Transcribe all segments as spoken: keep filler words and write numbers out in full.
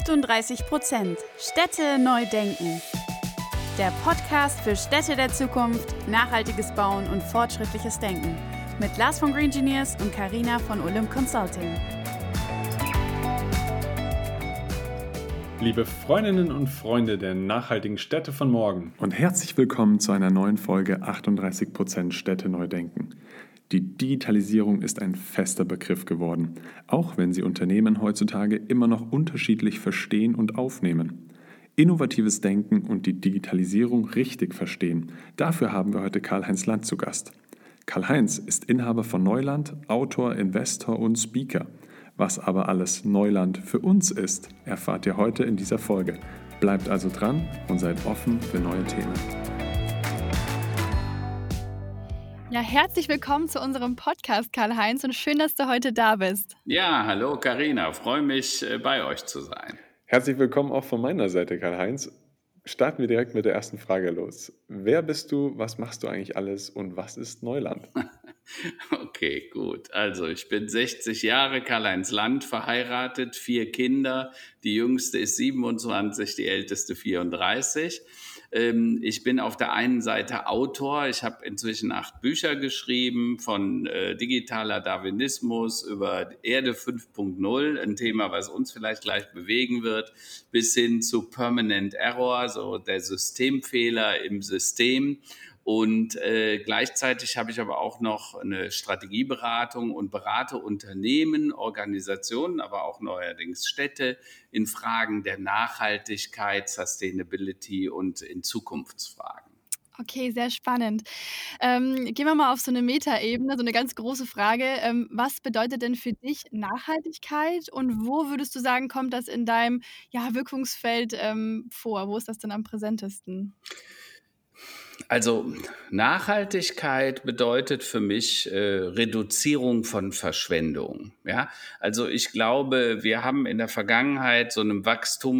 achtunddreißig Prozent Städte neu denken. Der Podcast für Städte der Zukunft, nachhaltiges Bauen und fortschrittliches Denken. Mit Lars von Green Engineers und Carina von Olymp Consulting. Liebe Freundinnen und Freunde der nachhaltigen Städte von morgen. Und herzlich willkommen zu einer neuen Folge achtunddreißig Prozent Städte neu denken. Die Digitalisierung ist ein fester Begriff geworden, auch wenn sie Unternehmen heutzutage immer noch unterschiedlich verstehen und aufnehmen. Innovatives Denken und die Digitalisierung richtig verstehen, dafür haben wir heute Karl-Heinz Land zu Gast. Karl-Heinz ist Inhaber von Neuland, Autor, Investor und Speaker. Was aber alles Neuland für uns ist, erfahrt ihr heute in dieser Folge. Bleibt also dran und seid offen für neue Themen. Ja, herzlich willkommen zu unserem Podcast, Karl-Heinz, und schön, dass du heute da bist. Ja, hallo Carina, freue mich, bei euch zu sein. Herzlich willkommen auch von meiner Seite, Karl-Heinz. Starten wir direkt mit der ersten Frage los. Wer bist du, was machst du eigentlich alles und was ist Neuland? Okay, gut. Also ich bin sechzig Jahre, Karl-Heinz Land, verheiratet, vier Kinder. Die jüngste ist siebenundzwanzig, die älteste vierunddreißig. Ich bin auf der einen Seite Autor. Ich habe inzwischen acht Bücher geschrieben, von äh, digitaler Darwinismus über Erde fünf Punkt null, ein Thema, was uns vielleicht gleich bewegen wird, bis hin zu Permanent Error, so der Systemfehler im System. Und äh, gleichzeitig habe ich aber auch noch eine Strategieberatung und berate Unternehmen, Organisationen, aber auch neuerdings Städte in Fragen der Nachhaltigkeit, Sustainability und in Zukunftsfragen. Okay, sehr spannend. Ähm, gehen wir mal auf so eine Metaebene, so eine ganz große Frage. Ähm, was bedeutet denn für dich Nachhaltigkeit und wo würdest du sagen, kommt das in deinem ja, Wirkungsfeld ähm, vor? Wo ist das denn am präsentesten? Also Nachhaltigkeit bedeutet für mich äh, Reduzierung von Verschwendung. Ja? Also ich glaube, wir haben in der Vergangenheit so einem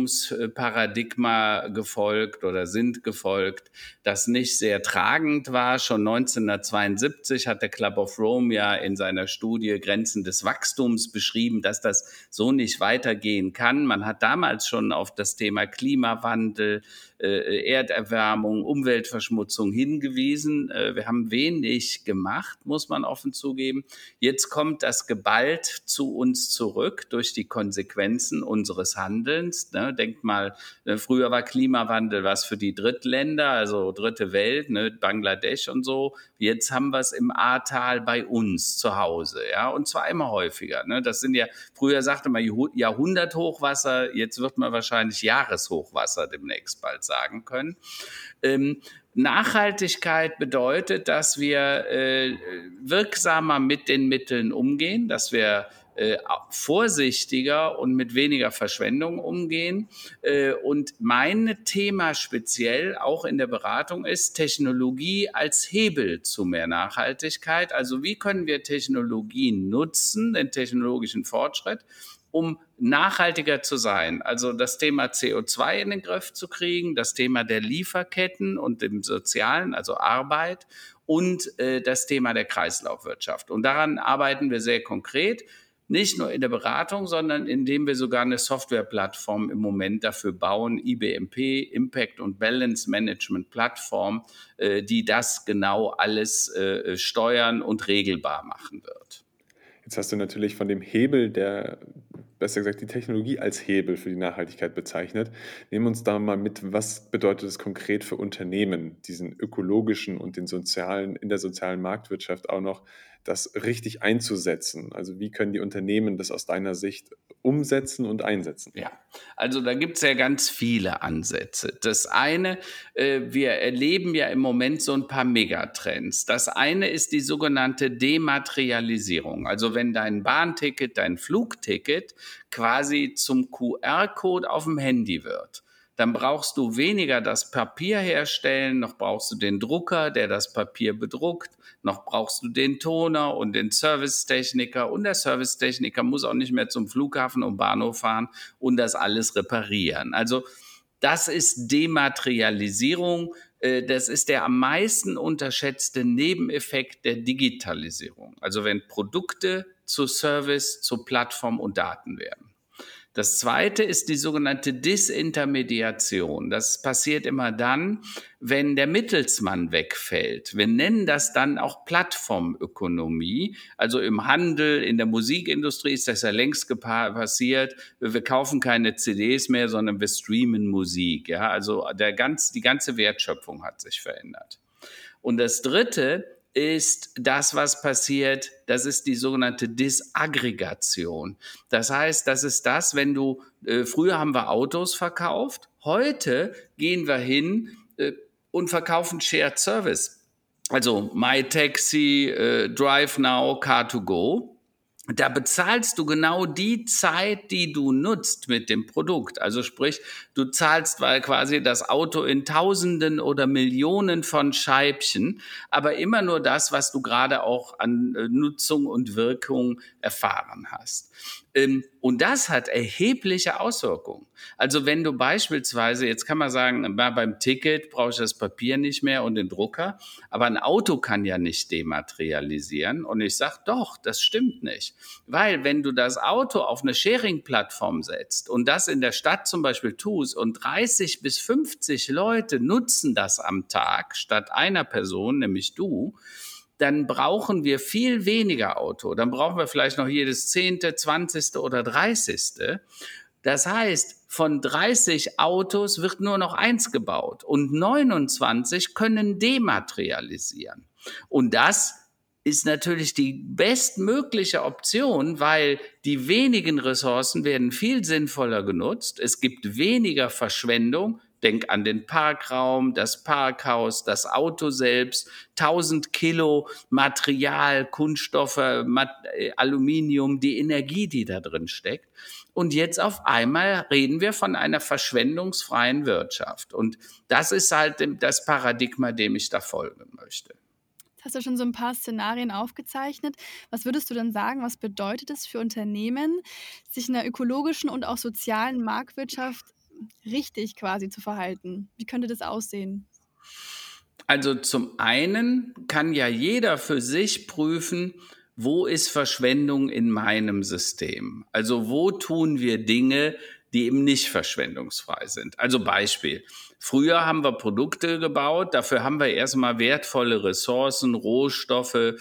Wachstumsparadigma gefolgt oder sind gefolgt, das nicht sehr tragend war. Schon neunzehnhundertzweiundsiebzig hat der Club of Rome ja in seiner Studie Grenzen des Wachstums beschrieben, dass das so nicht weitergehen kann. Man hat damals schon auf das Thema Klimawandel, äh, Erderwärmung, Umweltverschmutzung hingewiesen. Wir haben wenig gemacht, muss man offen zugeben. Jetzt kommt das geballt zu uns zurück durch die Konsequenzen unseres Handelns. Denkt mal, früher war Klimawandel was für die Drittländer, also dritte Welt, ne, Bangladesch und so. Jetzt haben wir es im Ahrtal bei uns zu Hause, ja, und zwar immer häufiger. Ne? Das sind ja, früher sagte man Jahrhunderthochwasser, jetzt wird man wahrscheinlich Jahreshochwasser demnächst bald sagen können. Ähm, Nachhaltigkeit bedeutet, dass wir äh, wirksamer mit den Mitteln umgehen, dass wir äh, vorsichtiger und mit weniger Verschwendung umgehen. Äh, und mein Thema speziell auch in der Beratung ist Technologie als Hebel zu mehr Nachhaltigkeit. Also wie können wir Technologien nutzen, den technologischen Fortschritt, um nachhaltiger zu sein. Also das Thema C O zwei in den Griff zu kriegen, das Thema der Lieferketten und dem Sozialen, also Arbeit und äh, das Thema der Kreislaufwirtschaft. Und daran arbeiten wir sehr konkret, nicht nur in der Beratung, sondern indem wir sogar eine Softwareplattform im Moment dafür bauen, I B M P, Impact und Balance Management Plattform, äh, die das genau alles äh, steuern und regelbar machen wird. Jetzt hast du natürlich von dem Hebel, der, besser gesagt, die Technologie als Hebel für die Nachhaltigkeit bezeichnet. Nehmen wir uns da mal mit, was bedeutet es konkret für Unternehmen, diesen ökologischen und den sozialen, in der sozialen Marktwirtschaft auch noch, das richtig einzusetzen? Also wie können die Unternehmen das aus deiner Sicht umsetzen und einsetzen? Ja, also da gibt es ja ganz viele Ansätze. Das eine, äh, wir erleben ja im Moment so ein paar Megatrends. Das eine ist die sogenannte Dematerialisierung. Also wenn dein Bahnticket, dein Flugticket quasi zum Q R-Code auf dem Handy wird, dann brauchst du weniger das Papier herstellen, noch brauchst du den Drucker, der das Papier bedruckt, noch brauchst du den Toner und den Servicetechniker und der Servicetechniker muss auch nicht mehr zum Flughafen und Bahnhof fahren und das alles reparieren. Also das ist Dematerialisierung. Das ist der am meisten unterschätzte Nebeneffekt der Digitalisierung. Also wenn Produkte zu Service, zu Plattform und Daten werden. Das zweite ist die sogenannte Disintermediation. Das passiert immer dann, wenn der Mittelsmann wegfällt. Wir nennen das dann auch Plattformökonomie. Also im Handel, in der Musikindustrie ist das ja längst gepa- passiert. Wir kaufen keine C Ds mehr, sondern wir streamen Musik. Ja, also der ganz, die ganze Wertschöpfung hat sich verändert. Und das dritte ist das, was passiert, das ist die sogenannte Disaggregation. Das heißt, das ist das, wenn du, äh, früher haben wir Autos verkauft, heute gehen wir hin äh, und verkaufen Shared Service. Also MyTaxi, äh, DriveNow, Car to Go. Da bezahlst du genau die Zeit, die du nutzt mit dem Produkt. Also sprich, du zahlst weil quasi das Auto in Tausenden oder Millionen von Scheibchen, aber immer nur das, was du gerade auch an äh, Nutzung und Wirkung erfahren hast. Ähm, und das hat erhebliche Auswirkungen. Also wenn du beispielsweise, jetzt kann man sagen, na, beim Ticket brauche ich das Papier nicht mehr und den Drucker, aber ein Auto kann ja nicht dematerialisieren. Und ich sage, doch, das stimmt nicht. Weil wenn du das Auto auf eine Sharing-Plattform setzt und das in der Stadt zum Beispiel tust und dreißig bis fünfzig Leute nutzen das am Tag statt einer Person, nämlich du, dann brauchen wir viel weniger Auto. Dann brauchen wir vielleicht noch jedes zehnte, zwanzigste oder dreißigste. Das heißt, von dreißig Autos wird nur noch eins gebaut und neunundzwanzig können dematerialisieren. Und das ist natürlich die bestmögliche Option, weil die wenigen Ressourcen werden viel sinnvoller genutzt. Es gibt weniger Verschwendung. Denk an den Parkraum, das Parkhaus, das Auto selbst, tausend Kilo Material, Kunststoffe, Mat- Aluminium, die Energie, die da drin steckt. Und jetzt auf einmal reden wir von einer verschwendungsfreien Wirtschaft. Und das ist halt das Paradigma, dem ich da folgen möchte. Jetzt hast du schon so ein paar Szenarien aufgezeichnet. Was würdest du denn sagen, was bedeutet es für Unternehmen, sich in einer ökologischen und auch sozialen Marktwirtschaft richtig quasi zu verhalten? Wie könnte das aussehen? Also zum einen kann ja jeder für sich prüfen, wo ist Verschwendung in meinem System? Also wo tun wir Dinge, die eben nicht verschwendungsfrei sind? Also Beispiel. Früher haben wir Produkte gebaut, dafür haben wir erstmal wertvolle Ressourcen, Rohstoffe äh,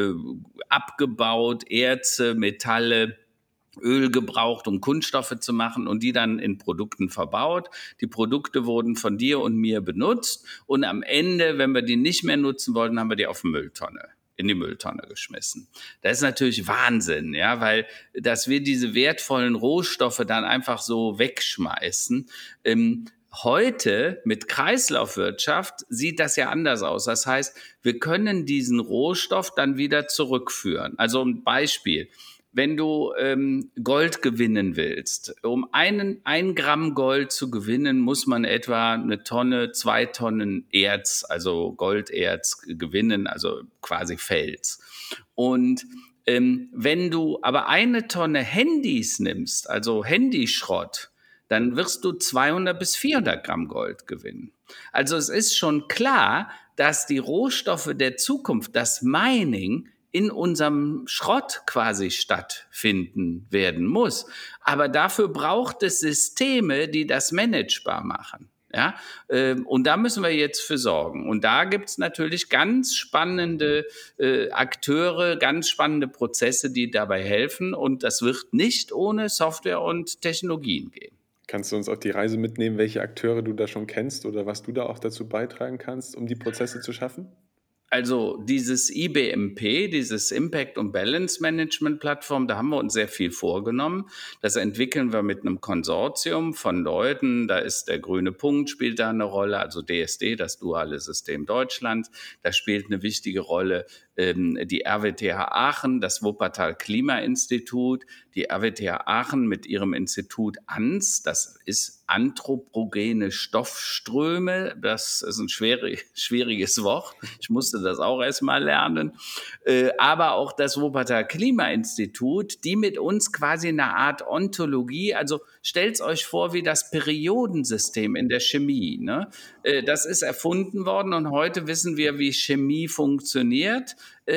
abgebaut, Erze, Metalle, Öl gebraucht, um Kunststoffe zu machen und die dann in Produkten verbaut. Die Produkte wurden von dir und mir benutzt und am Ende, wenn wir die nicht mehr nutzen wollten, haben wir die auf die Mülltonne, in die Mülltonne geschmissen. Das ist natürlich Wahnsinn, ja, weil dass wir diese wertvollen Rohstoffe dann einfach so wegschmeißen. Ähm, Heute mit Kreislaufwirtschaft sieht das ja anders aus. Das heißt, wir können diesen Rohstoff dann wieder zurückführen. Also ein Beispiel. Wenn du ähm, Gold gewinnen willst, um einen, ein Gramm Gold zu gewinnen, muss man etwa eine Tonne, zwei Tonnen Erz, also Golderz gewinnen, also quasi Fels. Und ähm, wenn du aber eine Tonne Handys nimmst, also Handyschrott, dann wirst du zweihundert bis vierhundert Gramm Gold gewinnen. Also es ist schon klar, dass die Rohstoffe der Zukunft, das Mining, in unserem Schrott quasi stattfinden werden muss. Aber dafür braucht es Systeme, die das managebar machen. Ja, und da müssen wir jetzt für sorgen. Und da gibt es natürlich ganz spannende äh, Akteure, ganz spannende Prozesse, die dabei helfen. Und das wird nicht ohne Software und Technologien gehen. Kannst du uns auf die Reise mitnehmen, welche Akteure du da schon kennst oder was du da auch dazu beitragen kannst, um die Prozesse zu schaffen? Also dieses I B M P, dieses Impact und Balance Management Plattform, da haben wir uns sehr viel vorgenommen. Das entwickeln wir mit einem Konsortium von Leuten. Da ist der grüne Punkt, spielt da eine Rolle, also D S D, das Duale System Deutschland. Da spielt eine wichtige Rolle ähm, die R W T H Aachen, das Wuppertal Klimainstitut, die R W T H Aachen mit ihrem Institut A N S, das ist anthropogene Stoffströme, das ist ein schwierig, schwieriges Wort. Ich musste das auch erstmal lernen. Äh, aber auch das Wuppertal Klimainstitut, die mit uns quasi eine Art Ontologie, also stellt euch vor wie das Periodensystem in der Chemie. Ne? Äh, das ist erfunden worden und heute wissen wir, wie Chemie funktioniert. Äh,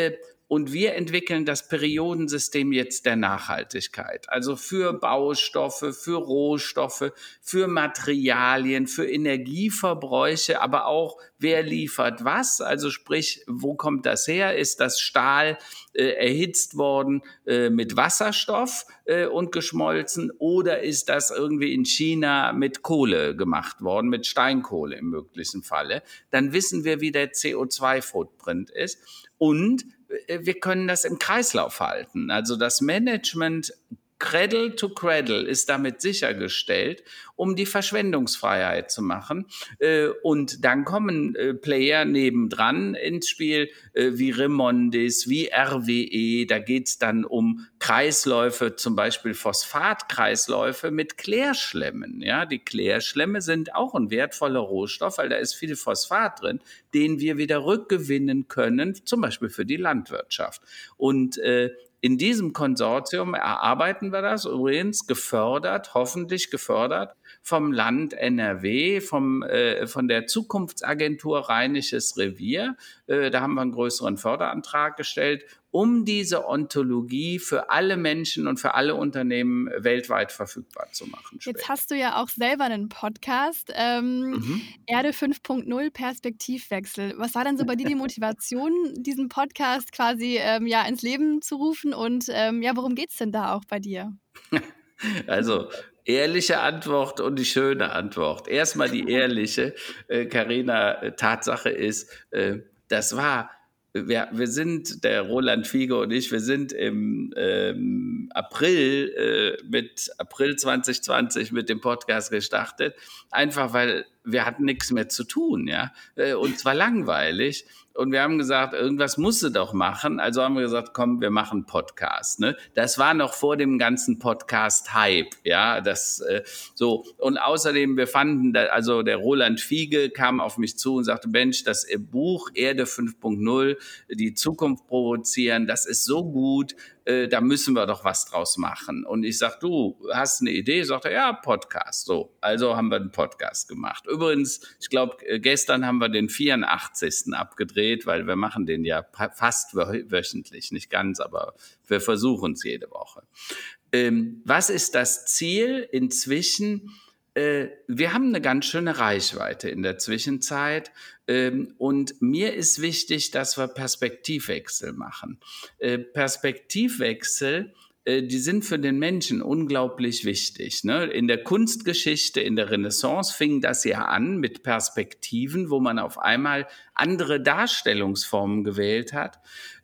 und wir entwickeln das Periodensystem jetzt der Nachhaltigkeit. Also für Baustoffe, für Rohstoffe, für Materialien, für Energieverbräuche, aber auch wer liefert was. Also sprich, wo kommt das her? Ist das Stahl äh, erhitzt worden äh, mit Wasserstoff äh, und geschmolzen oder ist das irgendwie in China mit Kohle gemacht worden, mit Steinkohle im möglichen Falle? Dann wissen wir, wie der C O zwei Footprint ist und wir können das im Kreislauf halten. Also das Management Cradle to Cradle ist damit sichergestellt, um die Verschwendungsfreiheit zu machen. Und dann kommen Player nebendran ins Spiel, wie Remondis, wie R W E. Da geht es dann um Kreisläufe, zum Beispiel Phosphatkreisläufe mit Klärschlemmen. Ja, die Klärschlemme sind auch ein wertvoller Rohstoff, weil da ist viel Phosphat drin, den wir wieder rückgewinnen können, zum Beispiel für die Landwirtschaft. Und äh, in diesem Konsortium erarbeiten wir das, übrigens gefördert, hoffentlich gefördert vom Land N R W, vom, äh, von der Zukunftsagentur Rheinisches Revier. Äh, da haben wir einen größeren Förderantrag gestellt, um diese Ontologie für alle Menschen und für alle Unternehmen weltweit verfügbar zu machen. Später. Jetzt hast du ja auch selber einen Podcast, ähm, mhm. Erde fünf Punkt null Perspektivwechsel. Was war denn so bei dir die Motivation, diesen Podcast quasi ähm, ja, ins Leben zu rufen und ähm, ja, worum geht es denn da auch bei dir? Also ehrliche Antwort und die schöne Antwort. Erstmal die ehrliche, Carina, äh, Tatsache ist, äh, das war Wir, wir sind, der Roland Fiege und ich, wir sind im ähm, April, äh, mit April zwanzig zwanzig mit dem Podcast gestartet, einfach weil wir hatten nichts mehr zu tun, ja, äh, und zwar langweilig. Und wir haben gesagt, irgendwas musst du doch machen. Also haben wir gesagt, komm, wir machen Podcast. Ne? Das war noch vor dem ganzen Podcast-Hype. Ja, das äh, so. Und außerdem, wir fanden, da, also der Roland Fiege kam auf mich zu und sagte, Mensch, das Buch Erde fünf Punkt null, die Zukunft provozieren, das ist so gut, äh, da müssen wir doch was draus machen. Und ich sag, du hast eine Idee? Sagt er, ja, Podcast. So, also haben wir einen Podcast gemacht. Übrigens, ich glaube, gestern haben wir den vierundachtzigsten abgedreht, weil wir machen den ja fast wöchentlich, nicht ganz, aber wir versuchen es jede Woche. Ähm, was ist das Ziel inzwischen? Äh, wir haben eine ganz schöne Reichweite in der Zwischenzeit ähm, und mir ist wichtig, dass wir Perspektivwechsel machen. Äh, Perspektivwechsel, die sind für den Menschen unglaublich wichtig. Ne? In der Kunstgeschichte, in der Renaissance fing das ja an mit Perspektiven, wo man auf einmal andere Darstellungsformen gewählt hat.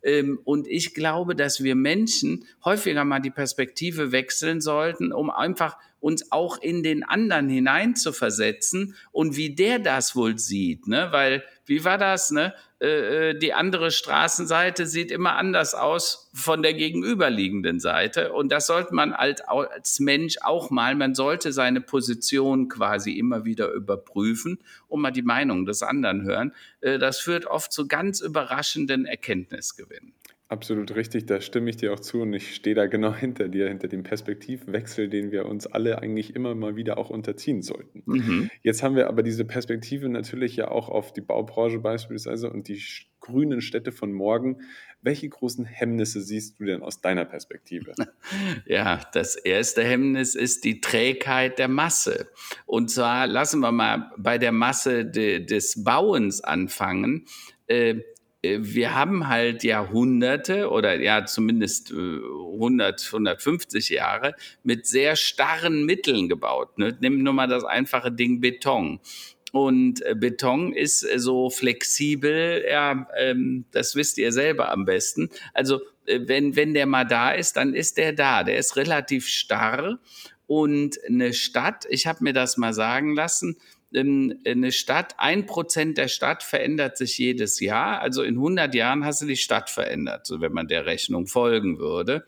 Und ich glaube, dass wir Menschen häufiger mal die Perspektive wechseln sollten, um einfach uns auch in den anderen hineinzuversetzen und wie der das wohl sieht. Ne? Weil, wie war das? Ne? Die andere Straßenseite sieht immer anders aus von der gegenüberliegenden Seite. Und das sollte man als, als Mensch auch mal, man sollte seine Position quasi immer wieder überprüfen und mal die Meinung des anderen hören. Das führt oft zu ganz überraschenden Erkenntnisgewinnen. Absolut richtig, da stimme ich dir auch zu und ich stehe da genau hinter dir, hinter dem Perspektivwechsel, den wir uns alle eigentlich immer mal wieder auch unterziehen sollten. Mhm. Jetzt haben wir aber diese Perspektive natürlich ja auch auf die Baubranche beispielsweise und die grünen Städte von morgen. Welche großen Hemmnisse siehst du denn aus deiner Perspektive? Ja, das erste Hemmnis ist die Trägheit der Masse. Und zwar lassen wir mal bei der Masse de, des Bauens anfangen. Äh, Wir haben halt Jahrhunderte oder ja zumindest hundert, hundertfünfzig Jahre mit sehr starren Mitteln gebaut. Ne? Nimm nur mal das einfache Ding Beton. Und Beton ist so flexibel, ja, ähm, das wisst ihr selber am besten. Also wenn, wenn der mal da ist, dann ist der da. Der ist relativ starr. Und eine Stadt, ich habe mir das mal sagen lassen, eine Stadt, ein Prozent der Stadt verändert sich jedes Jahr. Also in hundert Jahren hast du die Stadt verändert, so wenn man der Rechnung folgen würde.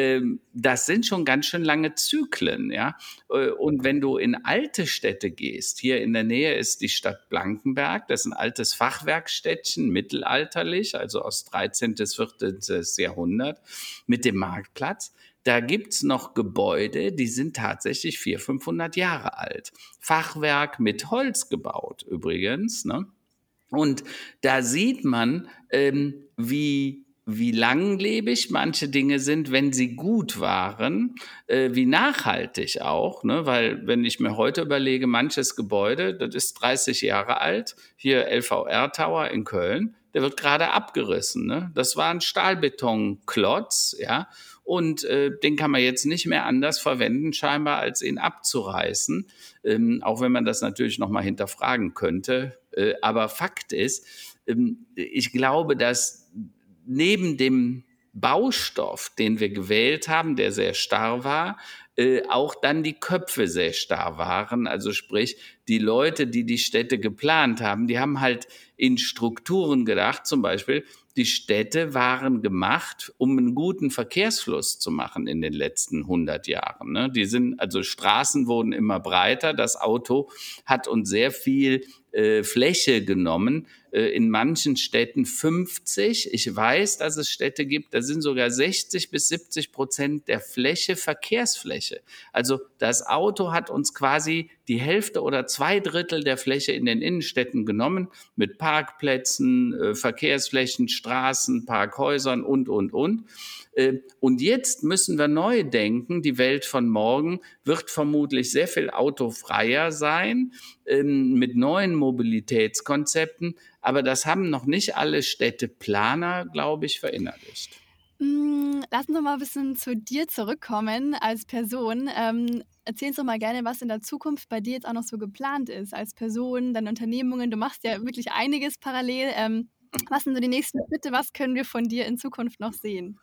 Das sind schon ganz schön lange Zyklen, ja. Und wenn du in alte Städte gehst, hier in der Nähe ist die Stadt Blankenberg, das ist ein altes Fachwerkstädtchen, mittelalterlich, also aus dreizehnten bis vierzehnten Jahrhundert, mit dem Marktplatz. Da gibt's noch Gebäude, die sind tatsächlich vierhundert, fünfhundert Jahre alt. Fachwerk mit Holz gebaut übrigens. Ne? Und da sieht man, ähm, wie wie langlebig manche Dinge sind, wenn sie gut waren, äh, wie nachhaltig auch, ne? Weil wenn ich mir heute überlege, manches Gebäude, das ist dreißig Jahre alt, hier L V R Tower in Köln, der wird gerade abgerissen, ne? Das war ein Stahlbetonklotz, ja, und äh, den kann man jetzt nicht mehr anders verwenden, scheinbar, als ihn abzureißen, ähm, auch wenn man das natürlich nochmal hinterfragen könnte. Äh, aber Fakt ist, ähm, ich glaube, dass neben dem Baustoff, den wir gewählt haben, der sehr starr war, äh, auch dann die Köpfe sehr starr waren. Also sprich, die Leute, die die Städte geplant haben, die haben halt in Strukturen gedacht, zum Beispiel, die Städte waren gemacht, um einen guten Verkehrsfluss zu machen in den letzten hundert Jahren. Ne? Die sind, also Straßen wurden immer breiter, das Auto hat uns sehr viel äh, Fläche genommen, äh, in manchen Städten fünfzig. Ich weiß, dass es Städte gibt, da sind sogar sechzig bis siebzig Prozent der Fläche Verkehrsfläche. Also das Auto hat uns quasi die Hälfte oder zwei Drittel der Fläche in den Innenstädten genommen, mit Parkplätzen, äh, Verkehrsflächen, Straßen, Parkhäusern und, und, und. Äh, und jetzt müssen wir neu denken. Die Welt von morgen wird vermutlich sehr viel autofreier sein, ähm, mit neuen Mobilitätskonzepten. Aber das haben noch nicht alle Städteplaner, glaube ich, verinnerlicht. Hm, lass uns doch mal ein bisschen zu dir zurückkommen als Person. Ähm, erzähl uns doch mal gerne, was in der Zukunft bei dir jetzt auch noch so geplant ist als Person, deine Unternehmungen. Du machst ja wirklich einiges parallel. Ähm, was sind so die nächsten Schritte? Was können wir von dir in Zukunft noch sehen?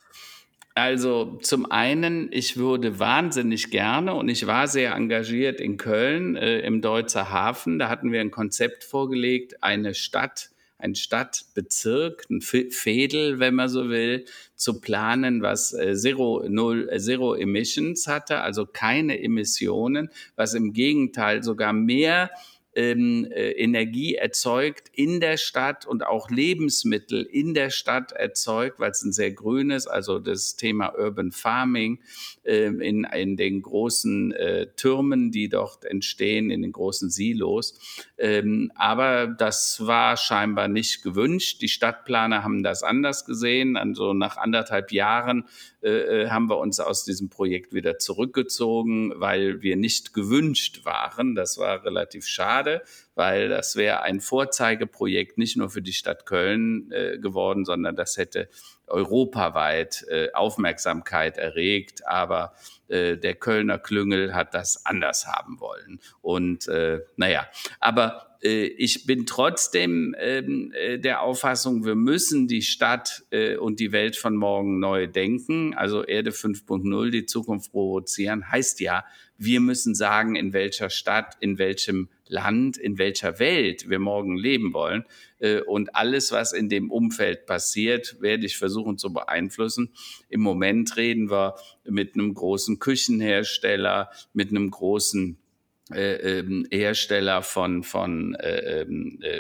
Also zum einen, ich würde wahnsinnig gerne und ich war sehr engagiert in Köln äh, im Deutzer Hafen. Da hatten wir ein Konzept vorgelegt, eine Stadt, ein Stadtbezirk, ein Veedel, wenn man so will, zu planen, was äh, Zero, Null, äh, Zero Emissions hatte, also keine Emissionen, was im Gegenteil sogar mehr Ähm, äh, Energie erzeugt in der Stadt und auch Lebensmittel in der Stadt erzeugt, weil es ein sehr grünes, also das Thema Urban Farming äh, in, in den großen äh, Türmen, die dort entstehen, in den großen Silos. Ähm, aber das war scheinbar nicht gewünscht. Die Stadtplaner haben das anders gesehen. Also nach anderthalb Jahren äh, haben wir uns aus diesem Projekt wieder zurückgezogen, weil wir nicht gewünscht waren. Das war relativ schade, weil das wäre ein Vorzeigeprojekt nicht nur für die Stadt Köln äh, geworden, sondern das hätte europaweit äh, Aufmerksamkeit erregt. Aber äh, der Kölner Klüngel hat das anders haben wollen. Und äh, naja, aber ich bin trotzdem ähm, der Auffassung, wir müssen die Stadt äh, und die Welt von morgen neu denken. Also Erde fünf Punkt null, die Zukunft provozieren, heißt ja, wir müssen sagen, in welcher Stadt, in welchem Land, in welcher Welt wir morgen leben wollen. Äh, und alles, was in dem Umfeld passiert, werde ich versuchen zu beeinflussen. Im Moment reden wir mit einem großen Küchenhersteller, mit einem großen Äh, ähm, Hersteller von, von äh, äh,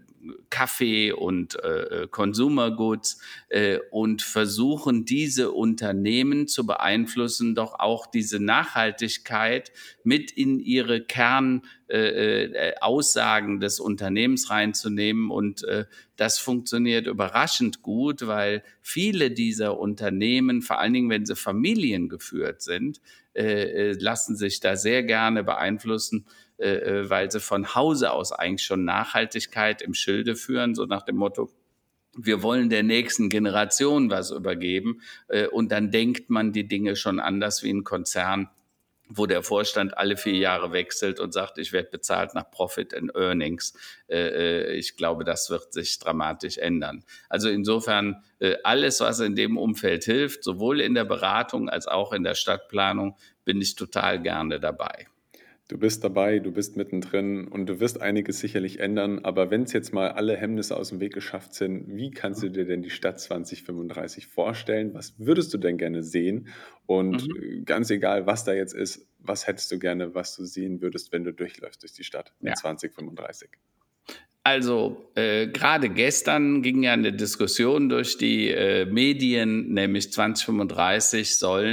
Kaffee und äh, Consumer Goods äh, und versuchen, diese Unternehmen zu beeinflussen, doch auch diese Nachhaltigkeit mit in ihre Kern äh, äh, Aussagen des Unternehmens reinzunehmen. Und äh, das funktioniert überraschend gut, weil viele dieser Unternehmen, vor allen Dingen, wenn sie familiengeführt sind, äh, lassen sich da sehr gerne beeinflussen, äh, weil sie von Hause aus eigentlich schon Nachhaltigkeit im Schilde führen, so nach dem Motto, wir wollen der nächsten Generation was übergeben. Äh, und dann denkt man die Dinge schon anders wie ein Konzern, wo der Vorstand alle vier Jahre wechselt und sagt, ich werde bezahlt nach Profit and Earnings. Äh, ich glaube, das wird sich dramatisch ändern. Also insofern, äh, alles, was in dem Umfeld hilft, sowohl in der Beratung als auch in der Stadtplanung, bin ich total gerne dabei. Du bist dabei, du bist mittendrin und du wirst einiges sicherlich ändern. Aber wenn es jetzt mal alle Hemmnisse aus dem Weg geschafft sind, wie kannst du dir denn die Stadt zwanzig fünfunddreißig vorstellen? Was würdest du denn gerne sehen? Und Mhm. ganz egal, was da jetzt ist, was hättest du gerne, was du sehen würdest, wenn du durchläufst durch die Stadt in Ja. zwanzig fünfunddreißig? Also äh, gerade gestern ging ja eine Diskussion durch die äh, Medien, nämlich zwanzig fünfunddreißig sollen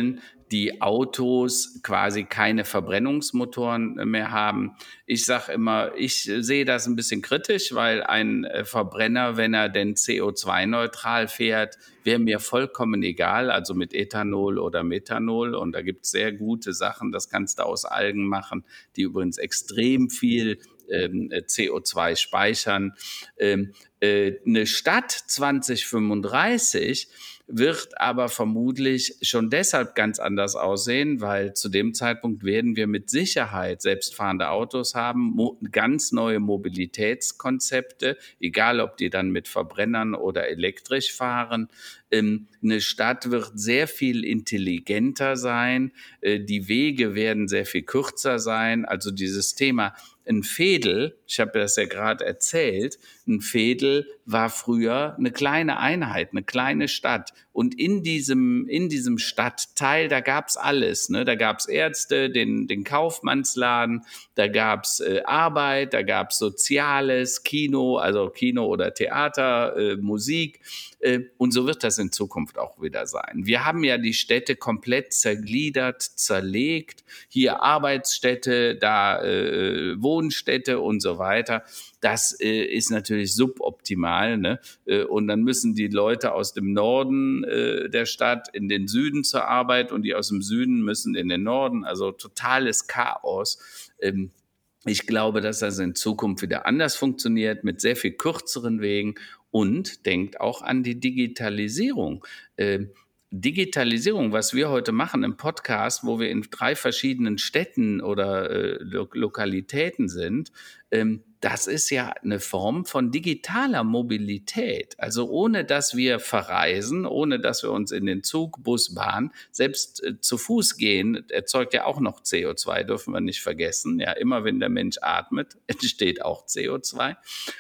die Autos quasi keine Verbrennungsmotoren mehr haben. Ich sage immer, ich sehe das ein bisschen kritisch, weil ein Verbrenner, wenn er denn C O zwei neutral fährt, wäre mir vollkommen egal, also mit Ethanol oder Methanol. Und da gibt es sehr gute Sachen, das kannst du aus Algen machen, die übrigens extrem viel ähm, C O zwei speichern. Ähm, äh, eine Stadt zwanzig fünfunddreißig wird aber vermutlich schon deshalb ganz anders aussehen, weil zu dem Zeitpunkt werden wir mit Sicherheit selbstfahrende Autos haben, mo- ganz neue Mobilitätskonzepte, egal ob die dann mit Verbrennern oder elektrisch fahren. Ähm, eine Stadt wird sehr viel intelligenter sein, äh, die Wege werden sehr viel kürzer sein, also dieses Thema ein Veedel, ich habe das ja gerade erzählt, ein Veedel war früher eine kleine Einheit, eine kleine Stadt. Und in diesem, in diesem Stadtteil, da gab's alles. Ne? Da gab's Ärzte, den, den Kaufmannsladen, da gab's äh, Arbeit, da gab's Soziales, Kino, also Kino oder Theater, äh, Musik. Äh, und so wird das in Zukunft auch wieder sein. Wir haben ja die Städte komplett zergliedert, zerlegt. Hier Arbeitsstätte, da äh, Wohnstätte und so weiter. Das äh, ist natürlich suboptimal, ne? Äh, und dann müssen die Leute aus dem Norden äh, der Stadt in den Süden zur Arbeit und die aus dem Süden müssen in den Norden. Also totales Chaos. Ähm, ich glaube, dass das in Zukunft wieder anders funktioniert, mit sehr viel kürzeren Wegen, und denkt auch an die Digitalisierung. Ähm, Digitalisierung, was wir heute machen im Podcast, wo wir in drei verschiedenen Städten oder äh, Lo- Lokalitäten sind, ähm, das ist ja eine Form von digitaler Mobilität. Also ohne, dass wir verreisen, ohne, dass wir uns in den Zug, Bus, Bahn, selbst äh, zu Fuß gehen, erzeugt ja auch noch C O zwei, dürfen wir nicht vergessen. Ja, immer wenn der Mensch atmet, entsteht auch C O zwei.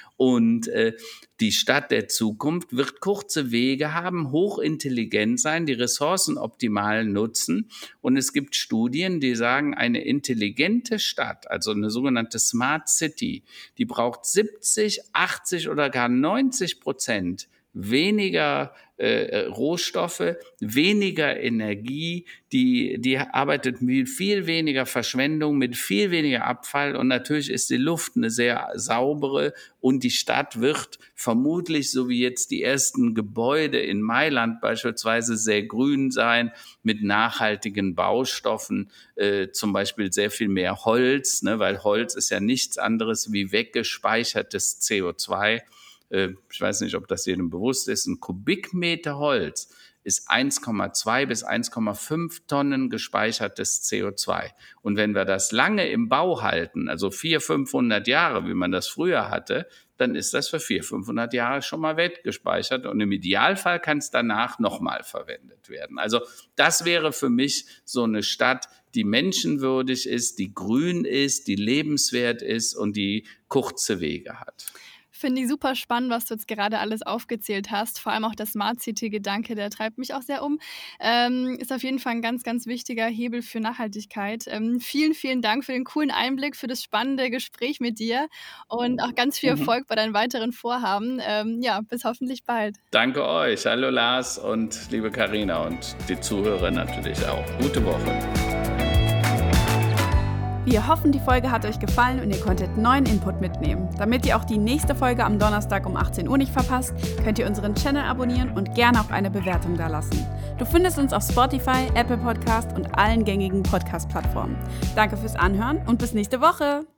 Und äh, die Stadt der Zukunft wird kurze Wege haben, hochintelligent sein, die Ressourcen optimal nutzen. Und es gibt Studien, die sagen, eine intelligente Stadt, also eine sogenannte Smart City, die braucht siebzig, achtzig oder gar neunzig Prozent weniger äh, Rohstoffe, weniger Energie, die, die arbeitet mit viel weniger Verschwendung, mit viel weniger Abfall, und natürlich ist die Luft eine sehr saubere, und die Stadt wird vermutlich, so wie jetzt die ersten Gebäude in Mailand beispielsweise, sehr grün sein, mit nachhaltigen Baustoffen, äh, zum Beispiel sehr viel mehr Holz, ne, weil Holz ist ja nichts anderes wie weggespeichertes C O zwei. Ich weiß nicht, ob das jedem bewusst ist, ein Kubikmeter Holz ist eins Komma zwei bis eins Komma fünf Tonnen gespeichertes C O zwei. Und wenn wir das lange im Bau halten, also vierhundert, fünfhundert Jahre, wie man das früher hatte, dann ist das für vierhundert, fünfhundert Jahre schon mal weggespeichert, und im Idealfall kann es danach nochmal verwendet werden. Also das wäre für mich so eine Stadt, die menschenwürdig ist, die grün ist, die lebenswert ist und die kurze Wege hat. Finde ich super spannend, was du jetzt gerade alles aufgezählt hast. Vor allem auch der Smart City-Gedanke, der treibt mich auch sehr um. Ähm, ist auf jeden Fall ein ganz, ganz wichtiger Hebel für Nachhaltigkeit. Ähm, vielen, vielen Dank für den coolen Einblick, für das spannende Gespräch mit dir und auch ganz viel Erfolg mhm. bei deinen weiteren Vorhaben. Ähm, ja, bis hoffentlich bald. Danke euch. Hallo Lars und liebe Carina und die Zuhörer natürlich auch. Gute Woche. Wir hoffen, die Folge hat euch gefallen und ihr konntet neuen Input mitnehmen. Damit ihr auch die nächste Folge am Donnerstag um achtzehn Uhr nicht verpasst, könnt ihr unseren Channel abonnieren und gerne auch eine Bewertung dalassen. Du findest uns auf Spotify, Apple Podcast und allen gängigen Podcast-Plattformen. Danke fürs Anhören und bis nächste Woche!